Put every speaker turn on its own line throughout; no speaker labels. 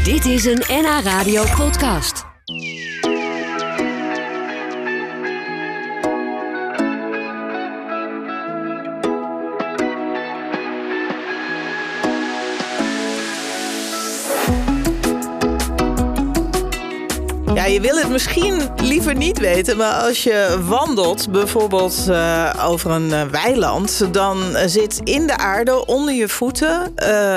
Dit is een NH Radio podcast.
Ja, je wil het misschien liever niet weten, maar als je wandelt, bijvoorbeeld over een weiland, dan zit in de aarde onder je voeten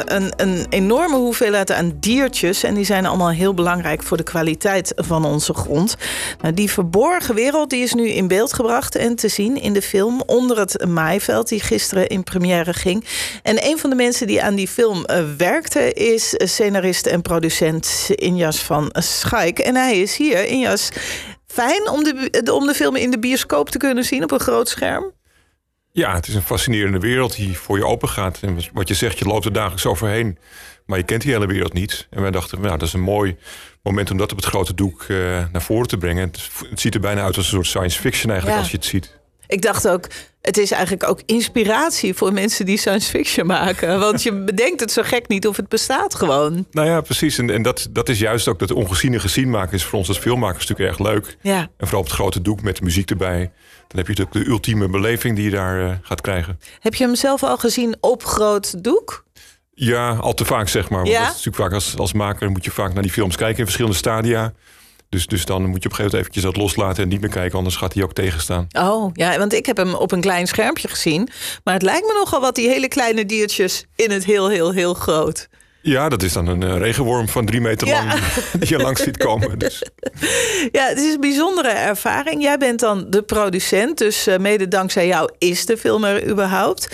een enorme hoeveelheid aan diertjes. En die zijn allemaal heel belangrijk voor de kwaliteit van onze grond. Nou, die verborgen wereld die is nu in beeld gebracht en te zien in de film Onder het maaiveld, die gisteren in première ging. En een van de mensen die aan die film werkte is scenarist en producent Injas van Schaik. En hij is hier. Injas, fijn om de film in de bioscoop te kunnen zien op een groot scherm?
Ja, het is een fascinerende wereld die voor je open gaat. En wat je zegt, je loopt er dagelijks overheen. Maar je kent die hele wereld niet. En wij dachten, nou, dat is een mooi moment om dat op het grote doek naar voren te brengen. Het ziet er bijna uit als een soort science fiction eigenlijk, als je het ziet. Ik
dacht ook, het is eigenlijk ook inspiratie voor mensen die science fiction maken. Want je bedenkt het zo gek niet of het bestaat gewoon.
Nou ja, precies. En dat is juist ook dat ongeziene gezien maken is voor ons als filmmakers natuurlijk erg leuk. Ja. En vooral op het grote doek met de muziek erbij. Dan heb je natuurlijk de ultieme beleving die je daar gaat krijgen.
Heb je hem zelf al gezien op groot doek?
Ja, al te vaak zeg maar. Want dat is natuurlijk vaak als maker moet je vaak naar die films kijken in verschillende stadia. Dus dan moet je op een gegeven moment eventjes dat loslaten en niet meer kijken, anders gaat hij ook tegenstaan.
Oh, ja, want ik heb hem op een klein schermpje gezien. Maar het lijkt me nogal wat, die hele kleine diertjes in het heel groot.
Ja, dat is dan een regenworm van 3 meter lang die je langs ziet komen. Dus.
Ja, het is een bijzondere ervaring. Jij bent dan de producent, dus mede dankzij jou is de film er überhaupt.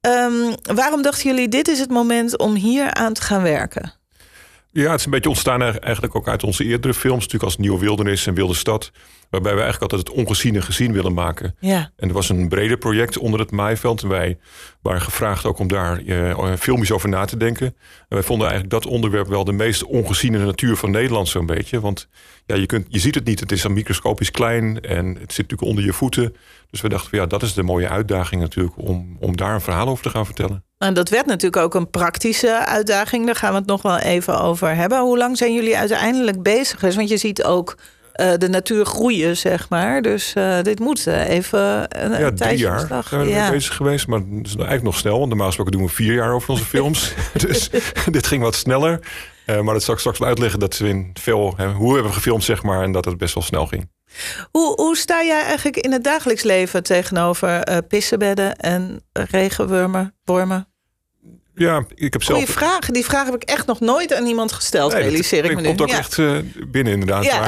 Waarom dachten jullie, dit is het moment om hier aan te gaan werken?
Ja, het is een beetje ontstaan eigenlijk ook uit onze eerdere films. Natuurlijk als Nieuwe Wildernis en Wilde Stad. Waarbij we eigenlijk altijd het ongeziene gezien willen maken. Ja. En er was een breder project Onder het maaiveld. En wij waren gevraagd ook om daar filmisch over na te denken. En wij vonden eigenlijk dat onderwerp wel de meest ongeziene natuur van Nederland zo'n beetje. Want ja, je ziet het niet. Het is dan microscopisch klein en het zit natuurlijk onder je voeten. Dus we dachten van ja, dat is de mooie uitdaging natuurlijk om daar een verhaal over te gaan vertellen.
En dat werd natuurlijk ook een praktische uitdaging. Daar gaan we het nog wel even over hebben. Hoe lang zijn jullie uiteindelijk bezig? Want je ziet ook de natuur groeien, zeg maar. Dus dit moet even een tijdje
3 jaar zijn we bezig geweest. Maar het is eigenlijk nog snel. Want normaal gesproken doen we 4 jaar over onze films. Dus dit ging wat sneller. Maar dat zal ik straks wel uitleggen dat we in hoe hebben we gefilmd, zeg maar. En dat het best wel snel ging.
Hoe sta jij eigenlijk in het dagelijks leven tegenover pissenbedden en regenwormen?
Ja, ik heb zelf...
Goeie vraag. Die vraag heb ik echt nog nooit aan iemand gesteld, realiseer ik me nu.
Komt ook echt binnen inderdaad.
Ja.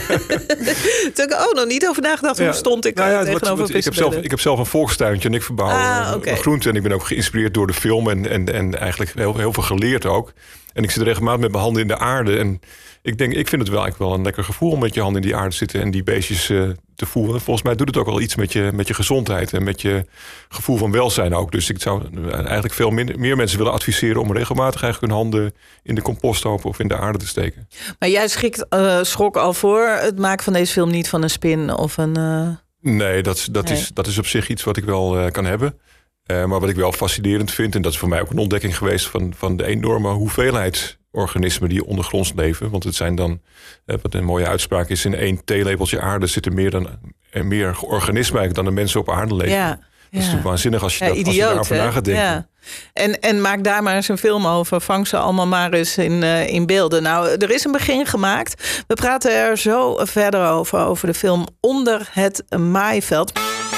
Toen heb ik ook nog niet over nagedacht. Hoe stond ik tegenover pissenbedden?
Ik heb zelf een volkstuintje en ik verbouw groenten. En ik ben ook geïnspireerd door de film en eigenlijk heel veel geleerd ook. En ik zit regelmatig met mijn handen in de aarde. En ik vind het wel eigenlijk wel een lekker gevoel om met je handen in die aarde te zitten en die beestjes te voelen. Volgens mij doet het ook wel iets met je gezondheid en met je gevoel van welzijn ook. Dus ik zou eigenlijk veel meer mensen willen adviseren om regelmatig eigenlijk hun handen in de composthoop of in de aarde te steken. Maar
jij schrok al voor het maken van deze film niet van een spin of een...
Nee, dat is op zich iets wat ik wel kan hebben. Maar wat ik wel fascinerend vind, en dat is voor mij ook een ontdekking geweest van de enorme hoeveelheid organismen die ondergronds leven. Want het zijn dan, wat een mooie uitspraak is, in 1 theelepeltje aarde zitten meer organismen eigenlijk dan de mensen op aarde leven. Ja. Dat is natuurlijk waanzinnig als je daarover na gaat denken. Ja.
En maak daar maar eens een film over. Vang ze allemaal maar eens in beelden. Nou, er is een begin gemaakt. We praten er zo verder over de film Onder het maaiveld.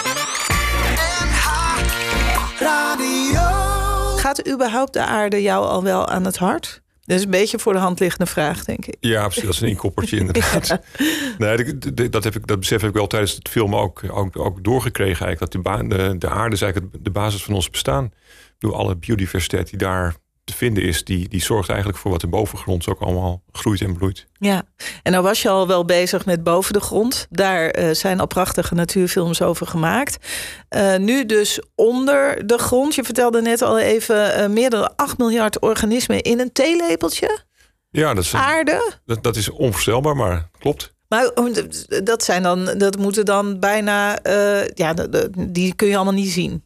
Gaat überhaupt de aarde jou al wel aan het hart? Dat is een beetje voor de hand liggende vraag, denk ik.
Ja, precies. Dat is een inkoppertje inderdaad. Ja. Nee, dat besef heb ik wel tijdens het film ook doorgekregen. Eigenlijk, dat de aarde is eigenlijk de basis van ons bestaan. Door alle biodiversiteit die daar te vinden is, die zorgt eigenlijk voor wat er bovengronds ook allemaal groeit en bloeit.
Ja, en nou was je al wel bezig met Boven de Grond. Daar zijn al prachtige natuurfilms over gemaakt. Nu dus Onder de Grond. Je vertelde net al even meer dan 8 miljard organismen in een theelepeltje.
Ja, aarde. Dat is onvoorstelbaar, maar klopt.
Maar dat moeten dan bijna... die kun je allemaal niet zien.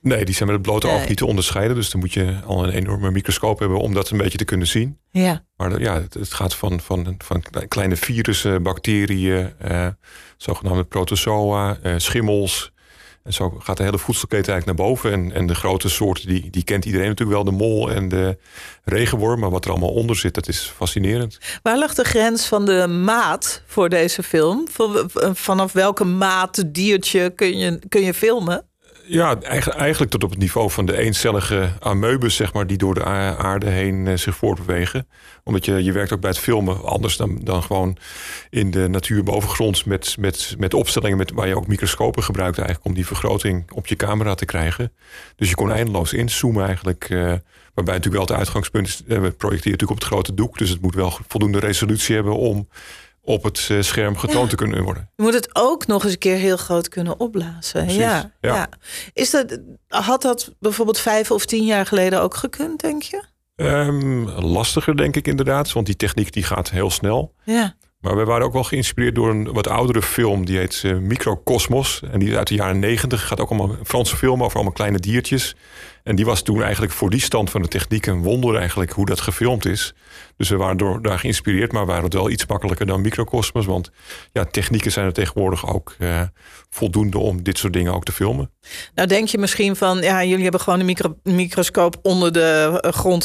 Nee, die zijn met het blote oog niet te onderscheiden. Dus dan moet je al een enorme microscoop hebben om dat een beetje te kunnen zien.
Ja.
Maar het gaat van kleine virussen, bacteriën, zogenaamde protozoa, schimmels. En zo gaat de hele voedselketen eigenlijk naar boven. En de grote soorten, die kent iedereen natuurlijk wel. De mol en de regenworm. Maar wat er allemaal onder zit, dat is fascinerend.
Waar lag de grens van de maat voor deze film? Vanaf welke maat diertje kun je filmen?
Ja, eigenlijk tot op het niveau van de eencellige amoebes, zeg maar, die door de aarde heen zich voortbewegen. Omdat je werkt ook bij het filmen anders dan gewoon in de natuur bovengronds met opstellingen waar je ook microscopen gebruikt eigenlijk om die vergroting op je camera te krijgen. Dus je kon eindeloos inzoomen eigenlijk. Waarbij natuurlijk wel het uitgangspunt is, we projecteren natuurlijk op het grote doek. Dus het moet wel voldoende resolutie hebben om op het scherm getoond te kunnen worden.
Je moet het ook nog eens een keer heel groot kunnen opblazen. Ja. Had dat bijvoorbeeld 5 of 10 jaar geleden ook gekund, denk je?
Lastiger, denk ik inderdaad. Want die techniek die gaat heel snel.
Ja.
Maar we waren ook wel geïnspireerd door een wat oudere film. Die heet Microcosmos. En die is uit de jaren 90. Gaat ook allemaal een Franse film over allemaal kleine diertjes. En die was toen eigenlijk voor die stand van de techniek een wonder eigenlijk hoe dat gefilmd is. Dus we waren daar geïnspireerd, maar waren het wel iets makkelijker dan Microcosmos. Want ja, technieken zijn er tegenwoordig ook voldoende om dit soort dingen ook te filmen.
Nou denk je misschien van, ja, jullie hebben gewoon een microscoop onder de grond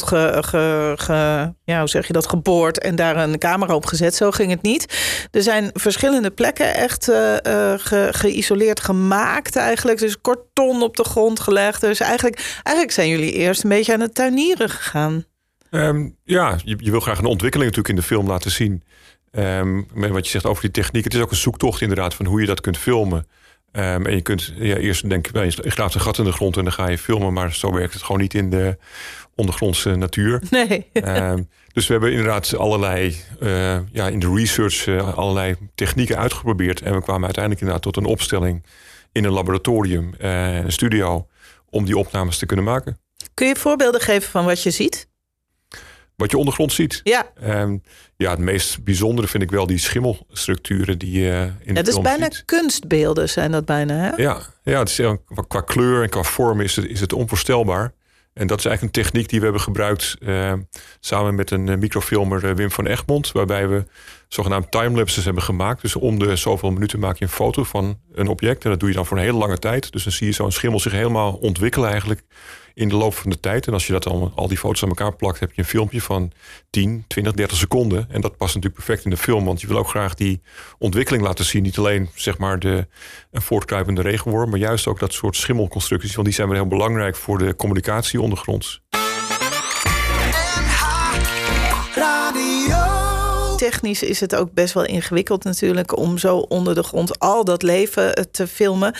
hoe zeg je dat, geboord en daar een camera op gezet. Zo ging het niet. Er zijn verschillende plekken echt geïsoleerd gemaakt eigenlijk. Dus karton op de grond gelegd. Dus eigenlijk zijn jullie eerst een beetje aan het tuinieren gegaan.
Je wil graag een ontwikkeling natuurlijk in de film laten zien. Met wat je zegt over die techniek. Het is ook een zoektocht inderdaad van hoe je dat kunt filmen. En je kunt eerst denken, je graaft een gat in de grond en dan ga je filmen. Maar zo werkt het gewoon niet in de ondergrondse natuur.
Nee.
Dus we hebben inderdaad allerlei, in de research allerlei technieken uitgeprobeerd. En we kwamen uiteindelijk inderdaad tot een opstelling in een laboratorium, een studio, om die opnames te kunnen maken.
Kun je voorbeelden geven van wat je ziet?
Wat je ondergrond ziet?
Ja.
Het meest bijzondere vind ik wel die schimmelstructuren die je in de film ziet. Het is bijna
kunstbeelden zijn dat bijna, hè?
Ja, het is, qua kleur en qua vorm is het onvoorstelbaar. En dat is eigenlijk een techniek die we hebben gebruikt samen met een microfilmer Wim van Egmond. Waarbij we zogenaamd timelapses hebben gemaakt. Dus om de zoveel minuten maak je een foto van een object. En dat doe je dan voor een hele lange tijd. Dus dan zie je zo'n schimmel zich helemaal ontwikkelen eigenlijk in de loop van de tijd. En als je dat al die foto's aan elkaar plakt, heb je een filmpje van 10, 20, 30 seconden. En dat past natuurlijk perfect in de film. Want je wil ook graag die ontwikkeling laten zien. Niet alleen zeg maar een voortkruipende regenworm, maar juist ook dat soort schimmelconstructies. Want die zijn weer heel belangrijk voor de communicatie ondergronds.
Technisch is het ook best wel ingewikkeld natuurlijk om zo onder de grond al dat leven te filmen.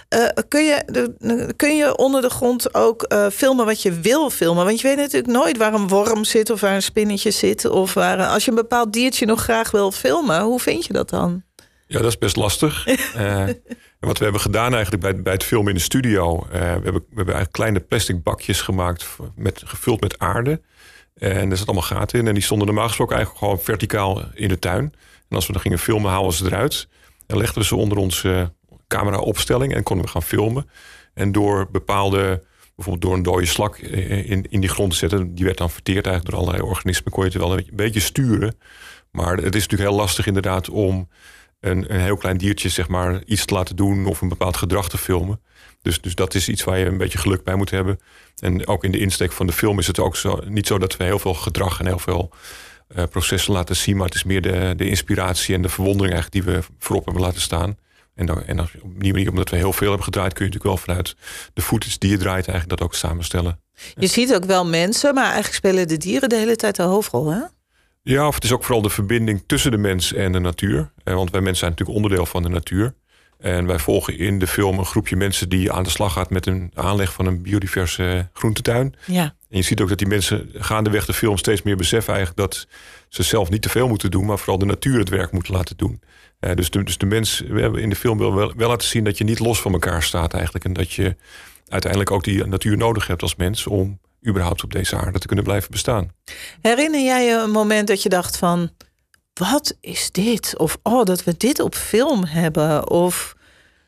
Kun je onder de grond ook filmen wat je wil filmen? Want je weet natuurlijk nooit waar een worm zit of waar een spinnetje zit. Of als je een bepaald diertje nog graag wil filmen, hoe vind je dat dan?
Ja, dat is best lastig. En wat we hebben gedaan eigenlijk bij het filmen in de studio, we hebben eigenlijk kleine plastic bakjes gemaakt gevuld met aarde. En er zat allemaal gaten in. En die stonden normaal gesproken eigenlijk gewoon verticaal in de tuin. En als we dan gingen filmen, haalden we ze eruit. En legden we ze onder onze camera-opstelling. En konden we gaan filmen. En door bijvoorbeeld door een dode slak in die grond te zetten. Die werd dan verteerd eigenlijk door allerlei organismen. Kon je het wel een beetje sturen. Maar het is natuurlijk heel lastig inderdaad om een heel klein diertje zeg maar iets te laten doen. Of een bepaald gedrag te filmen. Dus dat is iets waar je een beetje geluk bij moet hebben. En ook in de insteek van de film is het ook niet zo dat we heel veel gedrag en heel veel processen laten zien. Maar het is meer de inspiratie en de verwondering eigenlijk die we voorop hebben laten staan. En op die manier, omdat we heel veel hebben gedraaid, kun je natuurlijk wel vanuit de footage die je draait eigenlijk dat ook samenstellen.
Je ziet ook wel mensen, maar eigenlijk spelen de dieren de hele tijd de hoofdrol, hè?
Ja, of het is ook vooral de verbinding tussen de mens en de natuur. Want wij mensen zijn natuurlijk onderdeel van de natuur. En wij volgen in de film een groepje mensen die aan de slag gaat met een aanleg van een biodiverse groentetuin. Ja. En je ziet ook dat die mensen gaandeweg de film steeds meer beseffen eigenlijk dat ze zelf niet te veel moeten doen, maar vooral de natuur het werk moeten laten doen. Dus de mens, we hebben in de film wel laten zien dat je niet los van elkaar staat eigenlijk. En dat je uiteindelijk ook die natuur nodig hebt als mens om überhaupt op deze aarde te kunnen blijven bestaan.
Herinner jij je een moment dat je dacht van, wat is dit? Of dat we dit op film hebben? Of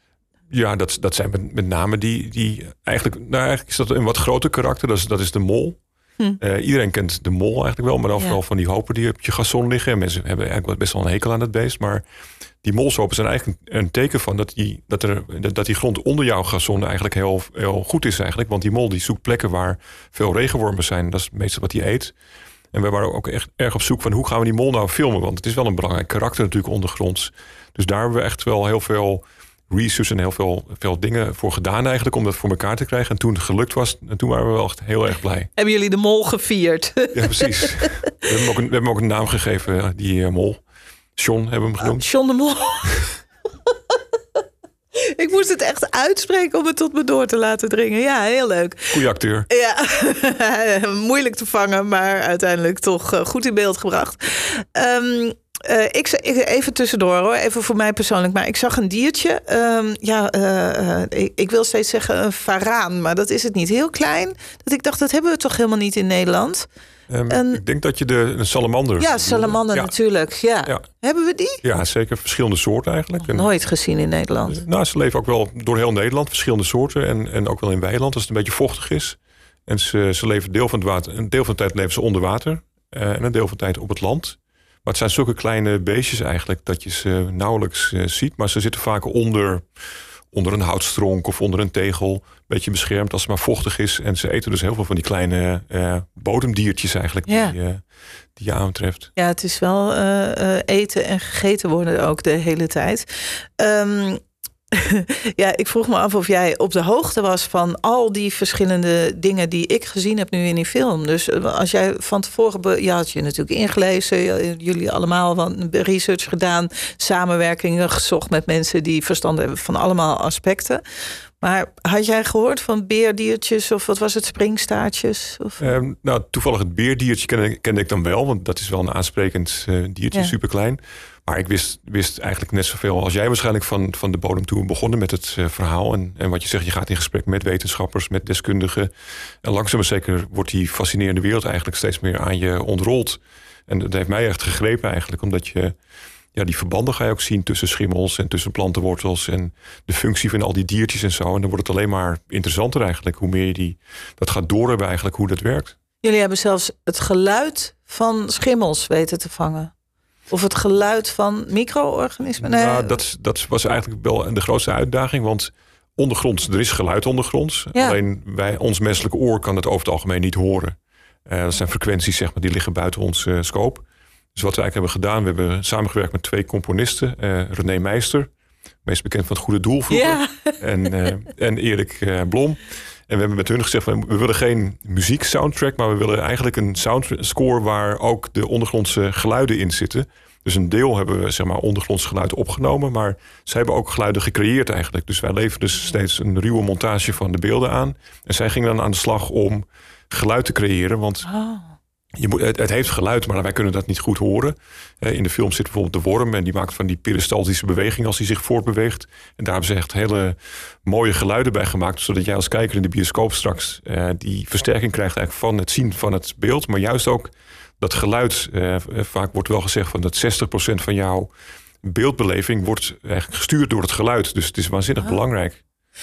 Ja, dat zijn met name die eigenlijk is dat een wat groter karakter. Dat is de mol. Iedereen kent de mol eigenlijk wel, maar dan vooral van die hopen die op je gazon liggen. En mensen hebben eigenlijk best wel een hekel aan het beest. Maar die molshopen zijn eigenlijk een teken van dat die grond onder jouw gazon eigenlijk heel, heel goed is eigenlijk. Want die mol die zoekt plekken waar veel regenwormen zijn. Dat is meestal wat hij eet. En we waren ook echt erg op zoek van hoe gaan we die mol nou filmen? Want het is wel een belangrijk karakter natuurlijk ondergronds. Dus daar hebben we echt wel heel veel research en heel veel dingen voor gedaan eigenlijk om dat voor elkaar te krijgen. En toen het gelukt was, en toen waren we wel echt heel erg blij.
Hebben jullie de mol gevierd?
Ja, precies. We hebben hem ook een naam gegeven, die mol. John hebben we hem genoemd.
John de Mol. Ik moest het echt uitspreken om het tot me door te laten dringen. Ja, heel leuk.
Goeie acteur.
Ja, moeilijk te vangen, maar uiteindelijk toch goed in beeld gebracht. Even tussendoor hoor, even voor mij persoonlijk. Maar ik zag een diertje. Ik wil steeds zeggen een varaan, maar dat is het niet. Heel klein. Dat ik dacht, dat hebben we toch helemaal niet in Nederland?
Ik denk dat je de salamander...
Ja, salamander natuurlijk. Ja. Hebben we die?
Ja, zeker. Verschillende soorten eigenlijk.
Nooit gezien in Nederland.
Ze leven ook wel door heel Nederland. Verschillende soorten. En ook wel in weiland als het een beetje vochtig is. En ze leven een deel van de tijd leven ze onder water. En een deel van de tijd op het land. Maar het zijn zulke kleine beestjes eigenlijk dat je ze nauwelijks ziet. Maar ze zitten vaak onder een houtstronk of onder een tegel. Een beetje beschermd als het maar vochtig is. En ze eten dus heel veel van die kleine bodemdiertjes eigenlijk die je aantreft. Ja,
het is wel eten en gegeten worden ook de hele tijd. Ja, ik vroeg me af of jij op de hoogte was van al die verschillende dingen die ik gezien heb nu in die film. Dus als jij van tevoren, had je natuurlijk ingelezen, jullie allemaal wat research gedaan, samenwerkingen gezocht met mensen die verstand hebben van allemaal aspecten. Maar had jij gehoord van beerdiertjes of wat was het, springstaartjes? Of?
Toevallig het beerdiertje kende ik dan wel, want dat is wel een aansprekend diertje, superklein. Maar ik wist eigenlijk net zoveel als jij waarschijnlijk van de bodem toen we begonnen met het verhaal. En wat je zegt, je gaat in gesprek met wetenschappers, met deskundigen. En langzaam maar zeker wordt die fascinerende wereld eigenlijk steeds meer aan je ontrold. En dat heeft mij echt gegrepen eigenlijk, omdat je... Ja, die verbanden ga je ook zien tussen schimmels en tussen plantenwortels en de functie van al die diertjes en zo. En dan wordt het alleen maar interessanter eigenlijk, hoe meer je dat gaat doorhebben eigenlijk, hoe dat werkt.
Jullie hebben zelfs het geluid van schimmels weten te vangen. Of het geluid van micro-organismen. Nee.
Nou, dat was eigenlijk wel de grootste uitdaging, want ondergronds, er is geluid ondergronds. Ja. Alleen ons menselijke oor kan het over het algemeen niet horen. Dat zijn frequenties, zeg maar, die liggen buiten ons scope. Dus wat we eigenlijk hebben gedaan, we hebben samengewerkt met 2 componisten. René Meister, meest bekend van Het Goede Doel vroeger. Ja. En Erik Blom. En we hebben met hun gezegd, we willen geen muzieksoundtrack, maar we willen eigenlijk een soundscore waar ook de ondergrondse geluiden in zitten. Dus een deel hebben we, zeg maar, ondergronds geluid opgenomen, maar zij hebben ook geluiden gecreëerd eigenlijk. Dus wij leveren dus steeds een ruwe montage van de beelden aan. En zij gingen dan aan de slag om geluid te creëren, want... Het heeft geluid, maar wij kunnen dat niet goed horen. In de film zit bijvoorbeeld de worm en die maakt van die peristaltische beweging als hij zich voortbeweegt. En daar hebben ze echt hele mooie geluiden bij gemaakt, zodat jij als kijker in de bioscoop straks die versterking krijgt eigenlijk van het zien van het beeld. Maar juist ook dat geluid, vaak wordt wel gezegd van dat 60% van jouw beeldbeleving wordt eigenlijk gestuurd door het geluid. Dus het is waanzinnig belangrijk.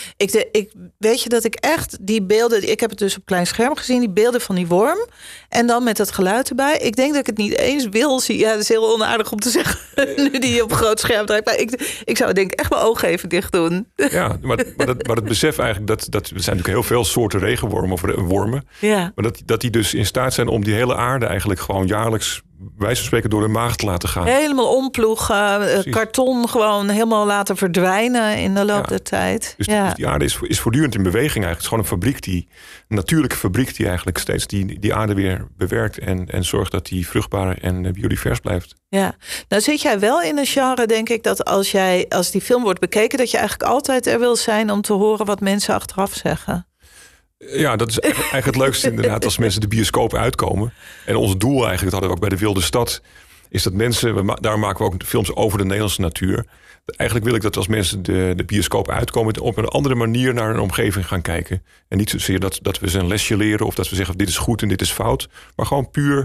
Weet je dat ik echt die beelden... Ik heb het dus op klein scherm gezien, die beelden van die worm. En dan met het geluid erbij. Ik denk dat ik het niet eens wil zien. Ja, dat is heel onaardig om te zeggen. Nu die op groot scherm draait. Maar ik zou denk ik echt mijn ogen even dicht doen. Ja,
maar het besef eigenlijk dat er zijn natuurlijk heel veel soorten regenwormen of wormen. Ja. Maar dat die dus in staat zijn om die hele aarde eigenlijk gewoon jaarlijks... wijze van spreken door de maag te laten gaan.
Helemaal omploegen, karton gewoon helemaal laten verdwijnen in de loop der tijd.
Dus die aarde is voortdurend in beweging eigenlijk. Het is gewoon een fabriek, een natuurlijke fabriek die eigenlijk steeds die aarde weer bewerkt en zorgt dat die vruchtbaar en biodivers blijft.
Ja, nou zit jij wel in een genre, denk ik, dat als die film wordt bekeken, dat je eigenlijk altijd er wil zijn om te horen wat mensen achteraf zeggen.
Ja, dat is eigenlijk het leukste inderdaad als mensen de bioscoop uitkomen. En ons doel eigenlijk, dat hadden we ook bij de Wilde Stad, is dat mensen, daar maken we ook films over de Nederlandse natuur. Eigenlijk wil ik dat als mensen de bioscoop uitkomen, op een andere manier naar hun omgeving gaan kijken. En niet zozeer dat we ze een lesje leren of dat we zeggen dit is goed en dit is fout. Maar gewoon puur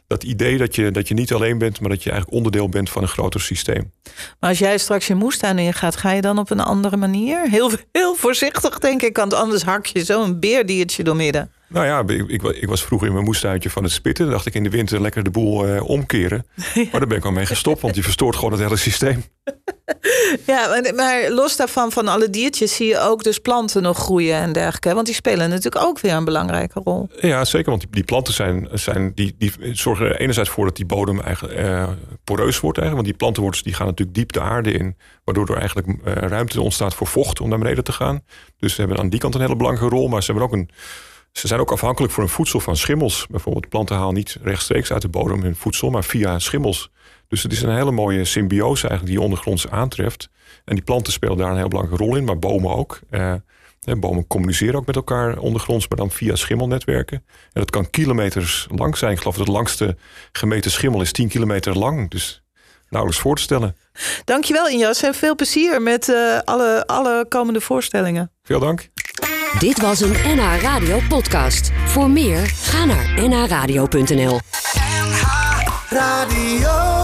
dat idee dat je niet alleen bent, maar dat je eigenlijk onderdeel bent van een groter systeem. Maar
als jij straks je moestuin ingaat, ga je dan op een andere manier? Heel voorzichtig, denk ik, want anders hak je zo'n beerdiertje doormidden.
Nou ja, ik was vroeger in mijn moestuintje van het spitten. Dan dacht ik in de winter lekker de boel omkeren. Maar daar ben ik al mee gestopt, want die verstoort gewoon het hele systeem.
Ja, maar los daarvan, van alle diertjes, zie je ook dus planten nog groeien en dergelijke. Want die spelen natuurlijk ook weer een belangrijke rol.
Ja, zeker, want die planten die zorgen er enerzijds voor dat die bodem eigenlijk poreus wordt. Want die plantenwortels die gaan natuurlijk diep de aarde in, waardoor er eigenlijk ruimte ontstaat voor vocht om naar beneden te gaan. Dus ze hebben aan die kant een hele belangrijke rol, maar ze zijn ook afhankelijk voor hun voedsel van schimmels. Bijvoorbeeld planten halen niet rechtstreeks uit de bodem hun voedsel, maar via schimmels. Dus het is een hele mooie symbiose eigenlijk die je ondergronds aantreft. En die planten spelen daar een heel belangrijke rol in, maar bomen ook. Bomen communiceren ook met elkaar ondergronds, maar dan via schimmelnetwerken. En dat kan kilometers lang zijn. Ik geloof dat de langste gemeten schimmel is 10 kilometer lang. Dus nauwelijks voor te stellen.
Dankjewel, Injas. En veel plezier met alle komende voorstellingen.
Veel dank.
Dit was een NH Radio podcast. Voor meer, ga naar nhradio.nl.
NH Radio.